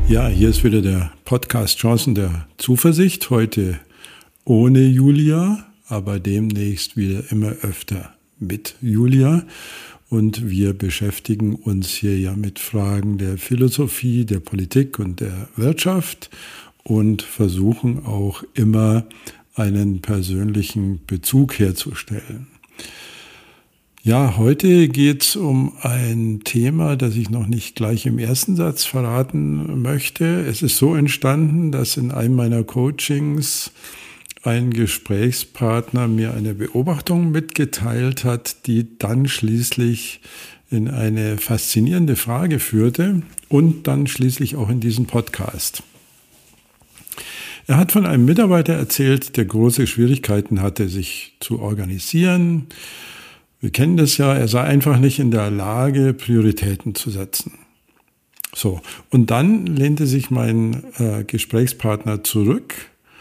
Ja, hier ist wieder der Podcast Chancen der Zuversicht. Heute ohne Julia, aber demnächst wieder immer öfter mit Julia. Und wir beschäftigen uns hier ja mit Fragen der Philosophie, der Politik und der Wirtschaft und versuchen auch immer einen persönlichen Bezug herzustellen. Ja, heute geht es um ein Thema, das ich noch nicht gleich im ersten Satz verraten möchte. Es ist so entstanden, dass in einem meiner Coachings ein Gesprächspartner mir eine Beobachtung mitgeteilt hat, die dann schließlich in eine faszinierende Frage führte und dann schließlich auch in diesen Podcast. Er hat von einem Mitarbeiter erzählt, der große Schwierigkeiten hatte, sich zu organisieren. Wir kennen das ja, er sei einfach nicht in der Lage, Prioritäten zu setzen. So, und dann lehnte sich mein Gesprächspartner zurück,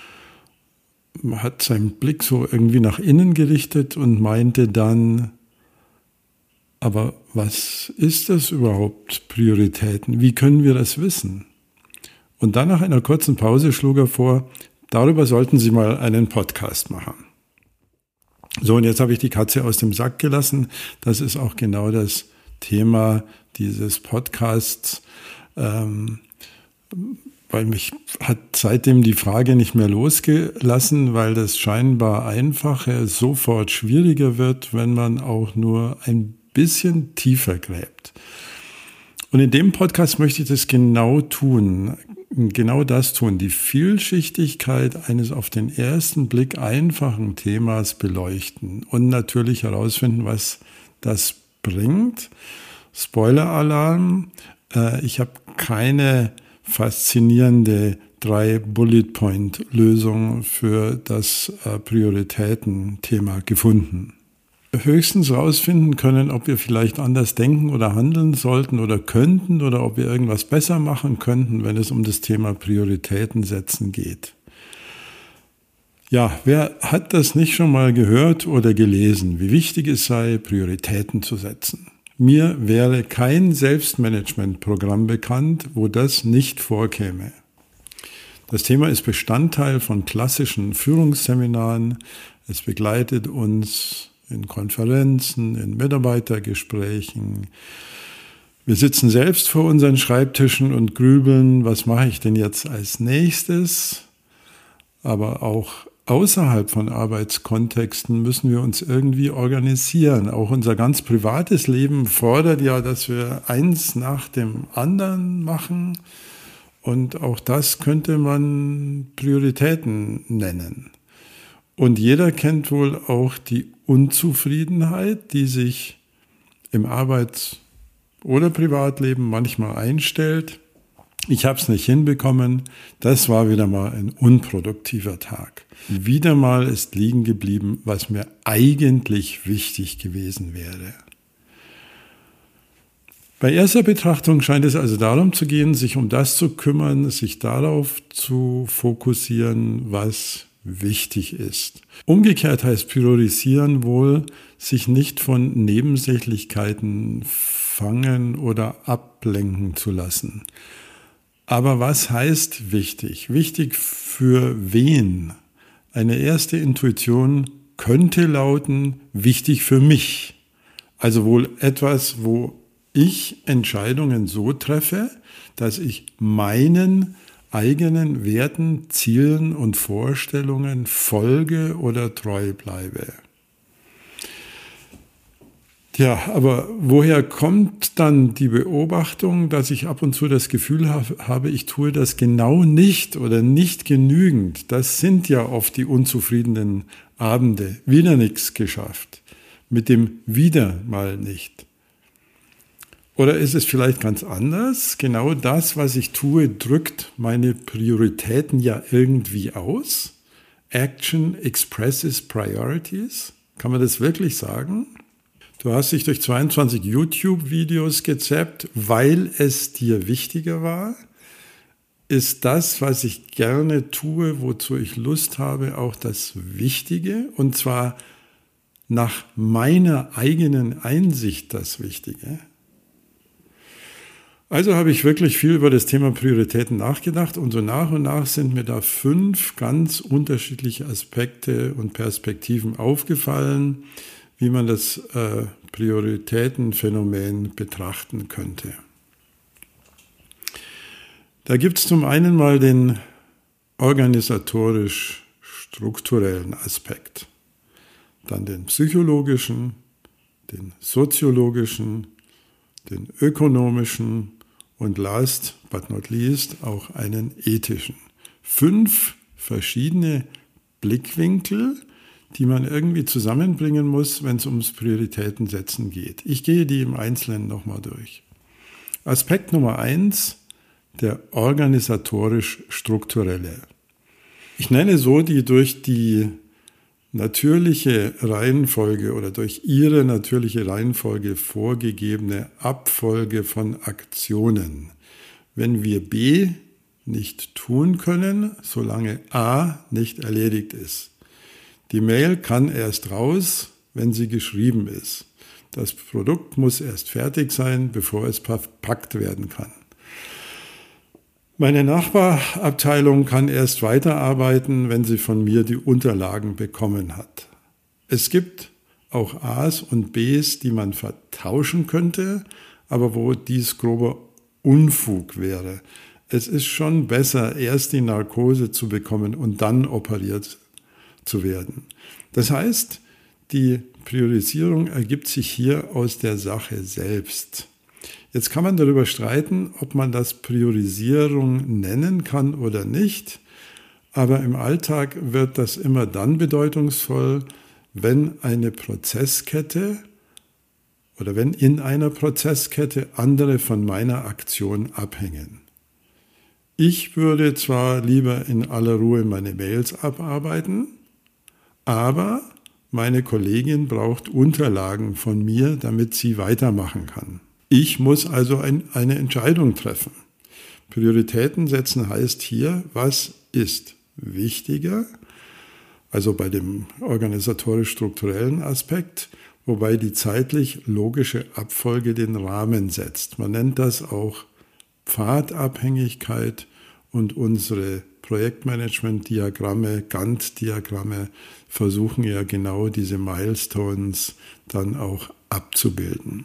hat seinen Blick so irgendwie nach innen gerichtet und meinte dann, aber was ist das überhaupt, Prioritäten? Wie können wir das wissen? Und dann nach einer kurzen Pause schlug er vor, darüber sollten Sie mal einen Podcast machen. So, und jetzt habe ich die Katze aus dem Sack gelassen. Das ist auch genau das Thema dieses Podcasts, weil mich hat seitdem die Frage nicht mehr losgelassen, weil das scheinbar Einfache sofort schwieriger wird, wenn man auch nur ein bisschen tiefer gräbt. Und in dem Podcast möchte ich das genau das tun, die Vielschichtigkeit eines auf den ersten Blick einfachen Themas beleuchten und natürlich herausfinden, was das bringt. Spoiler-Alarm, ich habe keine faszinierende 3-Bullet-Point-Lösung für das Prioritäten-Thema gefunden. Höchstens rausfinden können, ob wir vielleicht anders denken oder handeln sollten oder könnten oder ob wir irgendwas besser machen könnten, wenn es um das Thema Prioritäten setzen geht. Ja, wer hat das nicht schon mal gehört oder gelesen, wie wichtig es sei, Prioritäten zu setzen? Mir wäre kein Selbstmanagementprogramm bekannt, wo das nicht vorkäme. Das Thema ist Bestandteil von klassischen Führungsseminaren. Es begleitet uns in Konferenzen, in Mitarbeitergesprächen. Wir sitzen selbst vor unseren Schreibtischen und grübeln, was mache ich denn jetzt als nächstes? Aber auch außerhalb von Arbeitskontexten müssen wir uns irgendwie organisieren. Auch unser ganz privates Leben fordert ja, dass wir eins nach dem anderen machen. Und auch das könnte man Prioritäten nennen. Und jeder kennt wohl auch die Unzufriedenheit, die sich im Arbeits- oder Privatleben manchmal einstellt. Ich habe es nicht hinbekommen, das war wieder mal ein unproduktiver Tag. Wieder mal ist liegen geblieben, was mir eigentlich wichtig gewesen wäre. Bei erster Betrachtung scheint es also darum zu gehen, sich um das zu kümmern, sich darauf zu fokussieren, was wichtig ist. Umgekehrt heißt priorisieren wohl, sich nicht von Nebensächlichkeiten fangen oder ablenken zu lassen. Aber was heißt wichtig? Wichtig für wen? Eine erste Intuition könnte lauten, wichtig für mich. Also wohl etwas, wo ich Entscheidungen so treffe, dass ich meinen eigenen Werten, Zielen und Vorstellungen folge oder treu bleibe. Ja, aber woher kommt dann die Beobachtung, dass ich ab und zu das Gefühl habe, ich tue das genau nicht oder nicht genügend? Das sind ja oft die unzufriedenen Abende. Wieder nichts geschafft. Mit dem wieder mal nicht. Oder ist es vielleicht ganz anders? Genau das, was ich tue, drückt meine Prioritäten ja irgendwie aus. Action expresses priorities. Kann man das wirklich sagen? Du hast dich durch 22 YouTube-Videos gezappt, weil es dir wichtiger war. Ist das, was ich gerne tue, wozu ich Lust habe, auch das Wichtige? Und zwar nach meiner eigenen Einsicht das Wichtige? Also habe ich wirklich viel über das Thema Prioritäten nachgedacht und so nach und nach sind mir da 5 ganz unterschiedliche Aspekte und Perspektiven aufgefallen, wie man das Prioritätenphänomen betrachten könnte. Da gibt es zum einen mal den organisatorisch-strukturellen Aspekt, dann den psychologischen, den soziologischen, den ökonomischen und last but not least auch einen ethischen. 5 verschiedene Blickwinkel, die man irgendwie zusammenbringen muss, wenn es ums Prioritätensetzen geht. Ich gehe die im Einzelnen nochmal durch. Aspekt Nummer 1, der organisatorisch-strukturelle. Ich nenne so die durch die natürliche Reihenfolge oder durch ihre natürliche Reihenfolge vorgegebene Abfolge von Aktionen. Wenn wir B nicht tun können, solange A nicht erledigt ist. Die Mail kann erst raus, wenn sie geschrieben ist. Das Produkt muss erst fertig sein, bevor es verpackt werden kann. Meine Nachbarabteilung kann erst weiterarbeiten, wenn sie von mir die Unterlagen bekommen hat. Es gibt auch A's und B's, die man vertauschen könnte, aber wo dies grober Unfug wäre. Es ist schon besser, erst die Narkose zu bekommen und dann operiert zu werden. Das heißt, die Priorisierung ergibt sich hier aus der Sache selbst. Jetzt kann man darüber streiten, ob man das Priorisierung nennen kann oder nicht, aber im Alltag wird das immer dann bedeutungsvoll, wenn eine Prozesskette oder wenn in einer Prozesskette andere von meiner Aktion abhängen. Ich würde zwar lieber in aller Ruhe meine Mails abarbeiten, aber meine Kollegin braucht Unterlagen von mir, damit sie weitermachen kann. Ich muss also eine Entscheidung treffen. Prioritäten setzen heißt hier, was ist wichtiger, also bei dem organisatorisch-strukturellen Aspekt, wobei die zeitlich logische Abfolge den Rahmen setzt. Man nennt das auch Pfadabhängigkeit und unsere Projektmanagement-Diagramme, Gantt-Diagramme versuchen ja genau diese Milestones dann auch abzubilden.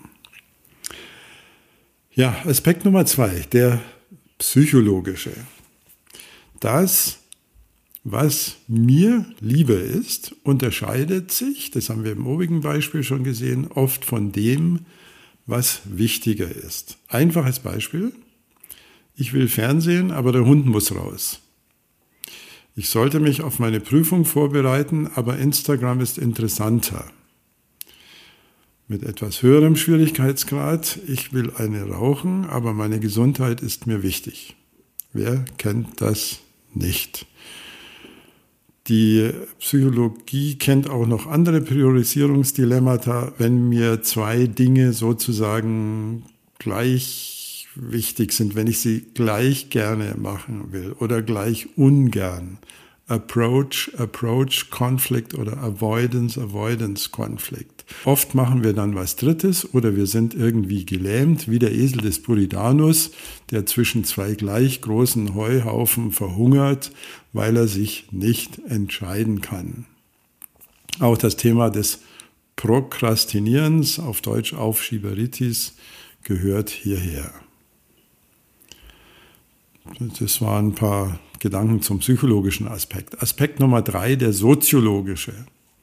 Ja, Aspekt Nummer 2, der psychologische. Das, was mir lieber ist, unterscheidet sich, das haben wir im obigen Beispiel schon gesehen, oft von dem, was wichtiger ist. Einfaches Beispiel. Ich will Fernsehen, aber der Hund muss raus. Ich sollte mich auf meine Prüfung vorbereiten, aber Instagram ist interessanter. Mit etwas höherem Schwierigkeitsgrad. Ich will eine rauchen, aber meine Gesundheit ist mir wichtig. Wer kennt das nicht? Die Psychologie kennt auch noch andere Priorisierungsdilemmata, wenn mir 2 Dinge sozusagen gleich wichtig sind, wenn ich sie gleich gerne machen will oder gleich ungern. Approach, Conflict oder Avoidance, Conflict. Oft machen wir dann was Drittes oder wir sind irgendwie gelähmt, wie der Esel des Buridanus, der zwischen 2 gleich großen Heuhaufen verhungert, weil er sich nicht entscheiden kann. Auch das Thema des Prokrastinierens, auf Deutsch Aufschieberitis, gehört hierher. Das waren ein paar Gedanken zum psychologischen Aspekt. Aspekt Nummer 3, der soziologische.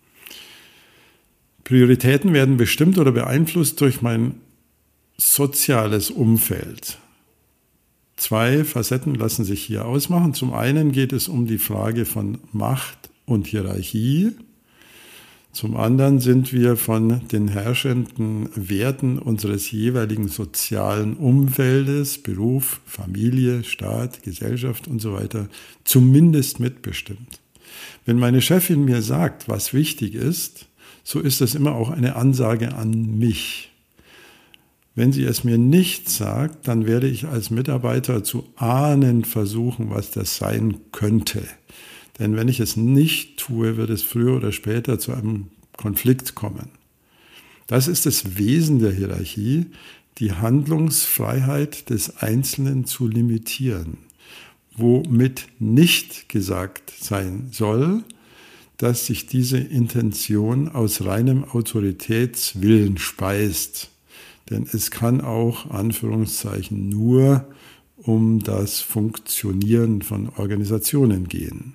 Prioritäten werden bestimmt oder beeinflusst durch mein soziales Umfeld. 2 Facetten lassen sich hier ausmachen. Zum einen geht es um die Frage von Macht und Hierarchie. Zum anderen sind wir von den herrschenden Werten unseres jeweiligen sozialen Umfeldes, Beruf, Familie, Staat, Gesellschaft und so weiter, zumindest mitbestimmt. Wenn meine Chefin mir sagt, was wichtig ist, so ist das immer auch eine Ansage an mich. Wenn sie es mir nicht sagt, dann werde ich als Mitarbeiter zu ahnen versuchen, was das sein könnte. Denn wenn ich es nicht tue, wird es früher oder später zu einem Konflikt kommen. Das ist das Wesen der Hierarchie. die Handlungsfreiheit des Einzelnen zu limitieren, womit nicht gesagt sein soll, dass sich diese Intention aus reinem Autoritätswillen speist. Denn es kann auch, Anführungszeichen, nur um das Funktionieren von Organisationen gehen.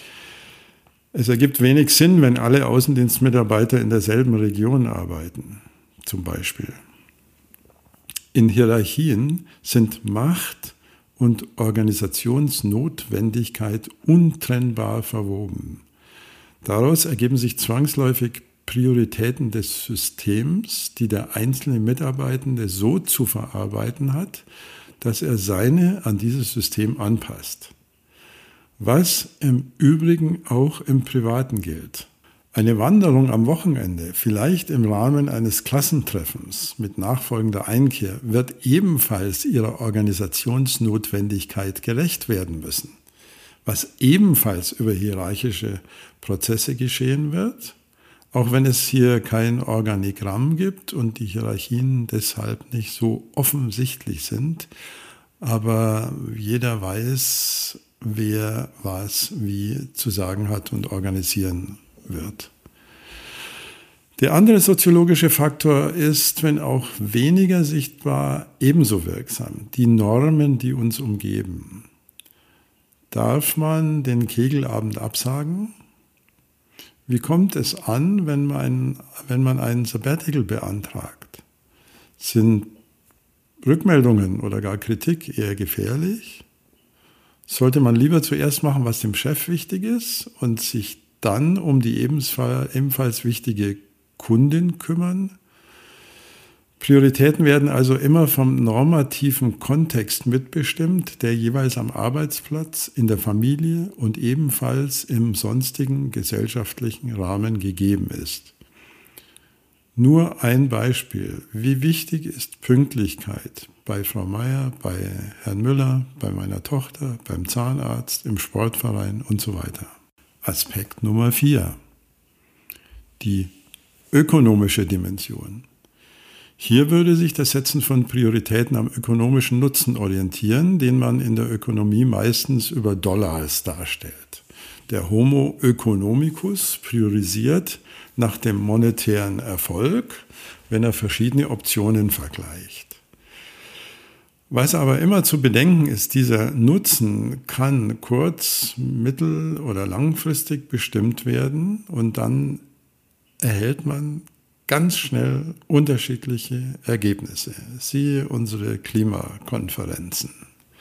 Es ergibt wenig Sinn, wenn alle Außendienstmitarbeiter in derselben Region arbeiten, zum Beispiel. In Hierarchien sind Macht und Organisationsnotwendigkeit untrennbar verwoben. Daraus ergeben sich zwangsläufig Prioritäten des Systems, die der einzelne Mitarbeitende so zu verarbeiten hat, dass er seine an dieses System anpasst. Was im Übrigen auch im Privaten gilt. Eine Wanderung am Wochenende, vielleicht im Rahmen eines Klassentreffens mit nachfolgender Einkehr, wird ebenfalls ihrer Organisationsnotwendigkeit gerecht werden müssen. Was ebenfalls über hierarchische Prozesse geschehen wird, auch wenn es hier kein Organigramm gibt und die Hierarchien deshalb nicht so offensichtlich sind, aber jeder weiß, wer was wie zu sagen hat und organisieren wird. Der andere soziologische Faktor ist, wenn auch weniger sichtbar, ebenso wirksam, die Normen, die uns umgeben. Darf man den Kegelabend absagen? Wie kommt es an, wenn man einen Sabbatical beantragt? Sind Rückmeldungen oder gar Kritik eher gefährlich? Sollte man lieber zuerst machen, was dem Chef wichtig ist und sich dann um die ebenfalls wichtige Kundin kümmern? Prioritäten werden also immer vom normativen Kontext mitbestimmt, der jeweils am Arbeitsplatz, in der Familie und ebenfalls im sonstigen gesellschaftlichen Rahmen gegeben ist. Nur ein Beispiel. Wie wichtig ist Pünktlichkeit bei Frau Meier, bei Herrn Müller, bei meiner Tochter, beim Zahnarzt, im Sportverein und so weiter. Aspekt Nummer 4. Die ökonomische Dimension. Hier würde sich das Setzen von Prioritäten am ökonomischen Nutzen orientieren, den man in der Ökonomie meistens über Dollars darstellt. Der Homo economicus priorisiert nach dem monetären Erfolg, wenn er verschiedene Optionen vergleicht. Was aber immer zu bedenken ist, dieser Nutzen kann kurz-, mittel- oder langfristig bestimmt werden und dann erhält man ganz schnell unterschiedliche Ergebnisse. Siehe unsere Klimakonferenzen.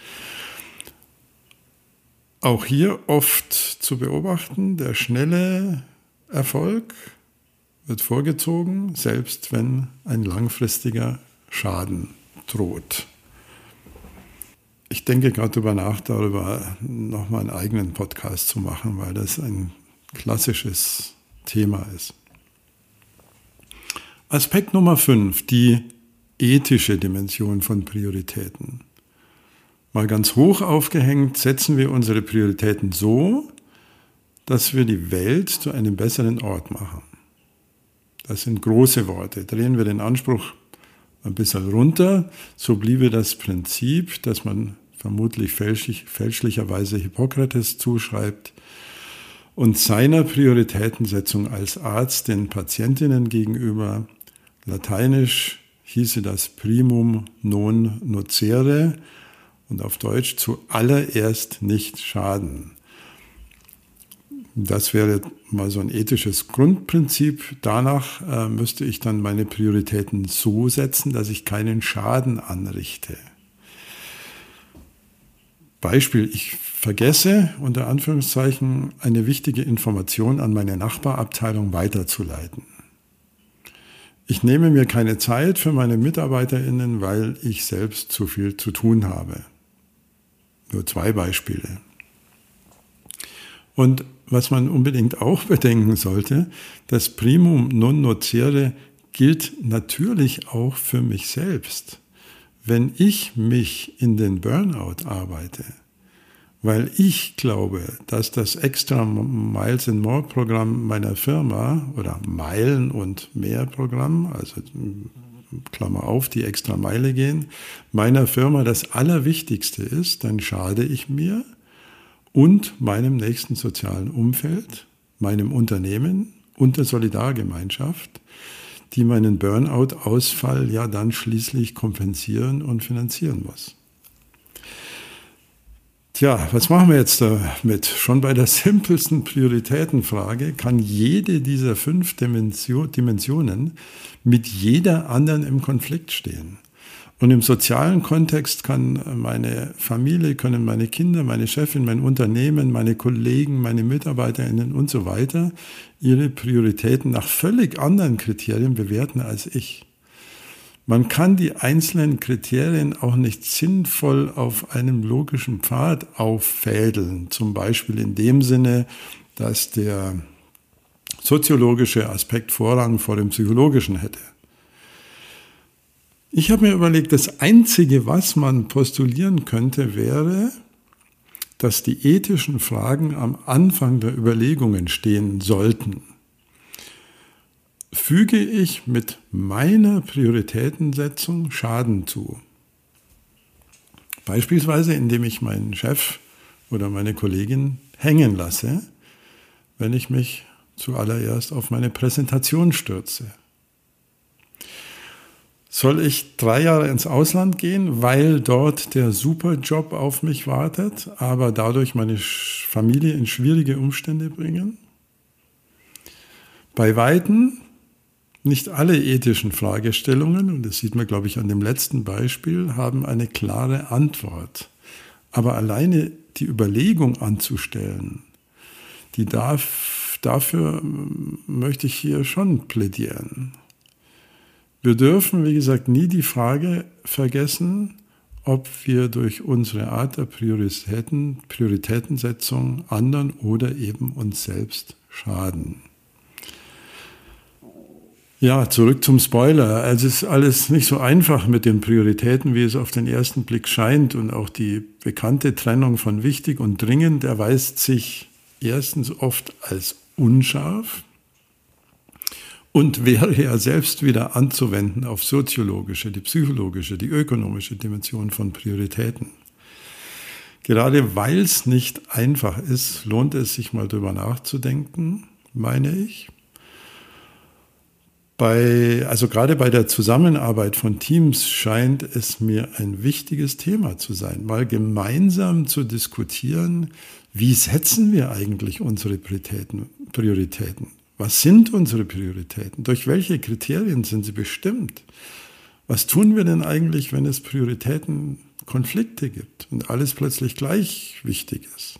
Auch hier oft zu beobachten, der schnelle Erfolg wird vorgezogen, selbst wenn ein langfristiger Schaden droht. Ich denke gerade darüber nochmal einen eigenen Podcast zu machen, weil das ein klassisches Thema ist. Aspekt Nummer 5, die ethische Dimension von Prioritäten. Mal ganz hoch aufgehängt, setzen wir unsere Prioritäten so, dass wir die Welt zu einem besseren Ort machen. Das sind große Worte. Drehen wir den Anspruch ein bisschen runter, so bliebe das Prinzip, das man vermutlich fälschlicherweise Hippokrates zuschreibt, und seiner Prioritätensetzung als Arzt den Patientinnen gegenüber. Lateinisch hieße das primum non nocere und auf Deutsch zuallererst nicht schaden. Das wäre mal so ein ethisches Grundprinzip. Danach müsste ich dann meine Prioritäten so setzen, dass ich keinen Schaden anrichte. Beispiel, ich vergesse, unter Anführungszeichen, eine wichtige Information an meine Nachbarabteilung weiterzuleiten. Ich nehme mir keine Zeit für meine MitarbeiterInnen, weil ich selbst zu viel zu tun habe. Nur 2 Beispiele. Und was man unbedingt auch bedenken sollte, das Primum non nocere gilt natürlich auch für mich selbst. Wenn ich mich in den Burnout arbeite, weil ich glaube, dass das Extra Miles and More Programm meiner Firma oder Meilen und mehr Programm, also Klammer auf, die extra Meile gehen, meiner Firma das Allerwichtigste ist, dann schade ich mir und meinem nächsten sozialen Umfeld, meinem Unternehmen und der Solidargemeinschaft, die meinen Burnout-Ausfall ja dann schließlich kompensieren und finanzieren muss. Tja, was machen wir jetzt damit? Schon bei der simpelsten Prioritätenfrage kann jede dieser 5 Dimensionen mit jeder anderen im Konflikt stehen. Und im sozialen Kontext kann meine Familie, können meine Kinder, meine Chefin, mein Unternehmen, meine Kollegen, meine MitarbeiterInnen und so weiter ihre Prioritäten nach völlig anderen Kriterien bewerten als ich. Man kann die einzelnen Kriterien auch nicht sinnvoll auf einem logischen Pfad auffädeln. Zum Beispiel in dem Sinne, dass der soziologische Aspekt Vorrang vor dem psychologischen hätte. Ich habe mir überlegt, das Einzige, was man postulieren könnte, wäre, dass die ethischen Fragen am Anfang der Überlegungen stehen sollten. Füge ich mit meiner Prioritätensetzung Schaden zu? Beispielsweise, indem ich meinen Chef oder meine Kollegin hängen lasse, wenn ich mich zuallererst auf meine Präsentation stürze. Soll ich 3 Jahre ins Ausland gehen, weil dort der Superjob auf mich wartet, aber dadurch meine Familie in schwierige Umstände bringen? Bei Weitem nicht alle ethischen Fragestellungen, und das sieht man, glaube ich, an dem letzten Beispiel, haben eine klare Antwort. Aber alleine die Überlegung anzustellen, dafür möchte ich hier schon plädieren. Wir dürfen, wie gesagt, nie die Frage vergessen, ob wir durch unsere Art der Prioritätensetzung anderen oder eben uns selbst schaden. Ja, zurück zum Spoiler. Also es ist alles nicht so einfach mit den Prioritäten, wie es auf den ersten Blick scheint. Und auch die bekannte Trennung von wichtig und dringend erweist sich erstens oft als unscharf und wäre ja selbst wieder anzuwenden auf soziologische, die psychologische, die ökonomische Dimension von Prioritäten. Gerade weil es nicht einfach ist, lohnt es sich mal drüber nachzudenken, meine ich. Gerade bei der Zusammenarbeit von Teams scheint es mir ein wichtiges Thema zu sein, mal gemeinsam zu diskutieren, wie setzen wir eigentlich unsere Prioritäten? Was sind unsere Prioritäten? Durch welche Kriterien sind sie bestimmt? Was tun wir denn eigentlich, wenn es Prioritätenkonflikte gibt und alles plötzlich gleich wichtig ist?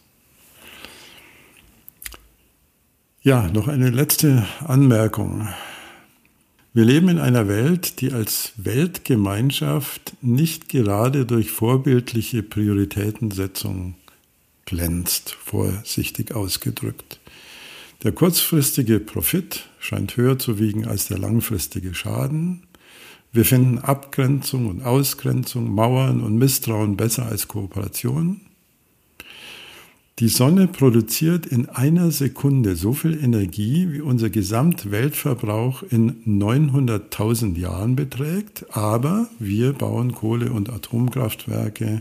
Ja, noch eine letzte Anmerkung. Wir leben in einer Welt, die als Weltgemeinschaft nicht gerade durch vorbildliche Prioritätensetzung glänzt, vorsichtig ausgedrückt. Der kurzfristige Profit scheint höher zu wiegen als der langfristige Schaden. Wir finden Abgrenzung und Ausgrenzung, Mauern und Misstrauen besser als Kooperation. Die Sonne produziert in einer Sekunde so viel Energie, wie unser Gesamtweltverbrauch in 900.000 Jahren beträgt, aber wir bauen Kohle- und Atomkraftwerke.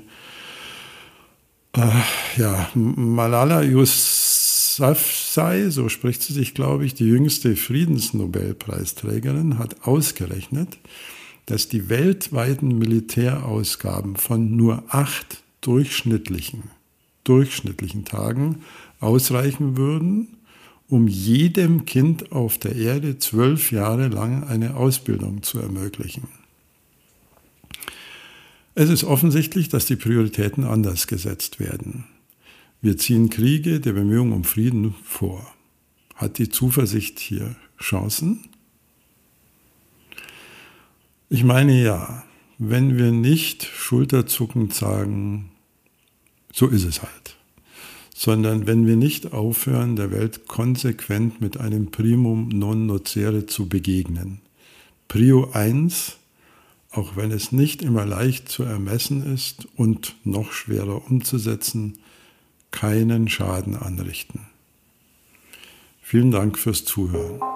Malala Yousafzai, so spricht sie sich, glaube ich, die jüngste Friedensnobelpreisträgerin, hat ausgerechnet, dass die weltweiten Militärausgaben von nur 8 durchschnittlichen Tagen ausreichen würden, um jedem Kind auf der Erde 12 Jahre lang eine Ausbildung zu ermöglichen. Es ist offensichtlich, dass die Prioritäten anders gesetzt werden. Wir ziehen Kriege der Bemühungen um Frieden vor. Hat die Zuversicht hier Chancen? Ich meine ja, wenn wir nicht schulterzuckend sagen, so ist es halt, sondern wenn wir nicht aufhören, der Welt konsequent mit einem Primum non nocere zu begegnen. Prio 1, auch wenn es nicht immer leicht zu ermessen ist und noch schwerer umzusetzen, keinen Schaden anrichten. Vielen Dank fürs Zuhören.